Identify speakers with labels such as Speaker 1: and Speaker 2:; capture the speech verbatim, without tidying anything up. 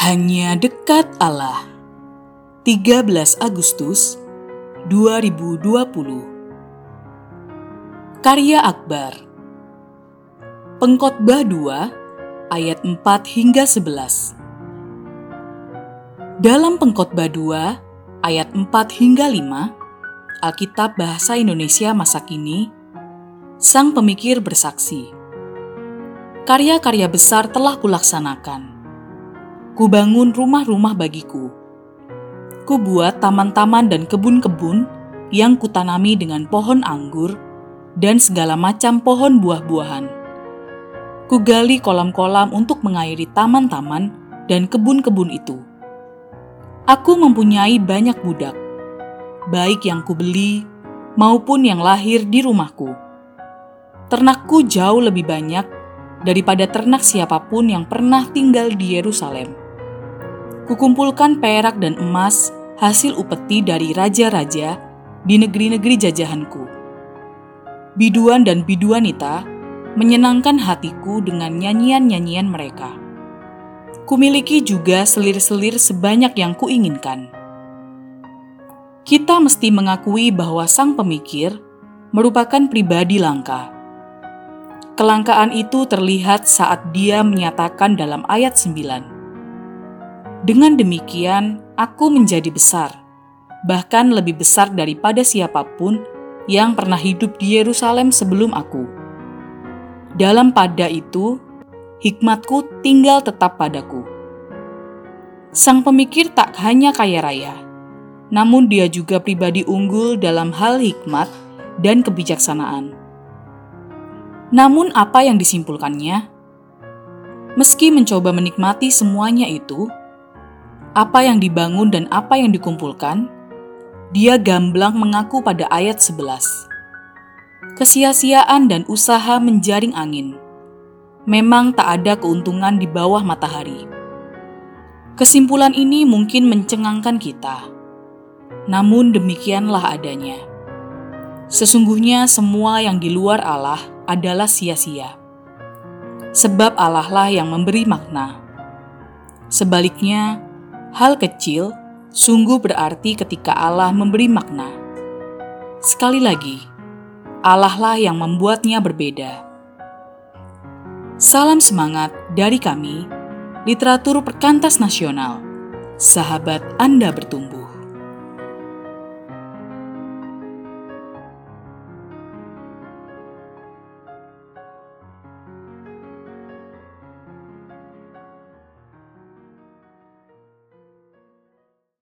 Speaker 1: Hanya dekat Allah. tiga belas Agustus dua ribu dua puluh. Karya Akbar. Pengkhotbah dua ayat empat hingga sebelas. Dalam Pengkhotbah dua ayat empat hingga lima, Alkitab Bahasa Indonesia masa kini, sang pemikir bersaksi, karya-karya besar telah kulaksanakan. Kubangun rumah-rumah bagiku. Kubuat taman-taman dan kebun-kebun yang kutanami dengan pohon anggur dan segala macam pohon buah-buahan. Kugali kolam-kolam untuk mengairi taman-taman dan kebun-kebun itu. Aku mempunyai banyak budak, baik yang kubeli maupun yang lahir di rumahku. Ternakku jauh lebih banyak daripada ternak siapapun yang pernah tinggal di Yerusalem. Kukumpulkan perak dan emas hasil upeti dari raja-raja di negeri-negeri jajahanku. Biduan dan biduanita menyenangkan hatiku dengan nyanyian-nyanyian mereka. Kumiliki juga selir-selir sebanyak yang kuinginkan. Kita mesti mengakui bahwa sang pemikir merupakan pribadi langka. Kelangkaan itu terlihat saat dia menyatakan dalam ayat sembilan. Dengan demikian, aku menjadi besar, bahkan lebih besar daripada siapapun yang pernah hidup di Yerusalem sebelum aku. Dalam pada itu, hikmatku tinggal tetap padaku. Sang pemikir tak hanya kaya raya, namun dia juga pribadi unggul dalam hal hikmat dan kebijaksanaan. Namun apa yang disimpulkannya? Meski mencoba menikmati semuanya itu, apa yang dibangun dan apa yang dikumpulkan, dia gamblang mengaku pada ayat sebelas. Kesia-siaan dan usaha menjaring angin. Memang tak ada keuntungan di bawah matahari. Kesimpulan ini mungkin mencengangkan kita. Namun demikianlah adanya. Sesungguhnya semua yang di luar Allah adalah sia-sia. Sebab Allah lah yang memberi makna. Sebaliknya, hal kecil sungguh berarti ketika Allah memberi makna. Sekali lagi, Allah lah yang membuatnya berbeda. Salam semangat dari kami, Literatur Perkantas Nasional. Sahabat Anda bertumbuh.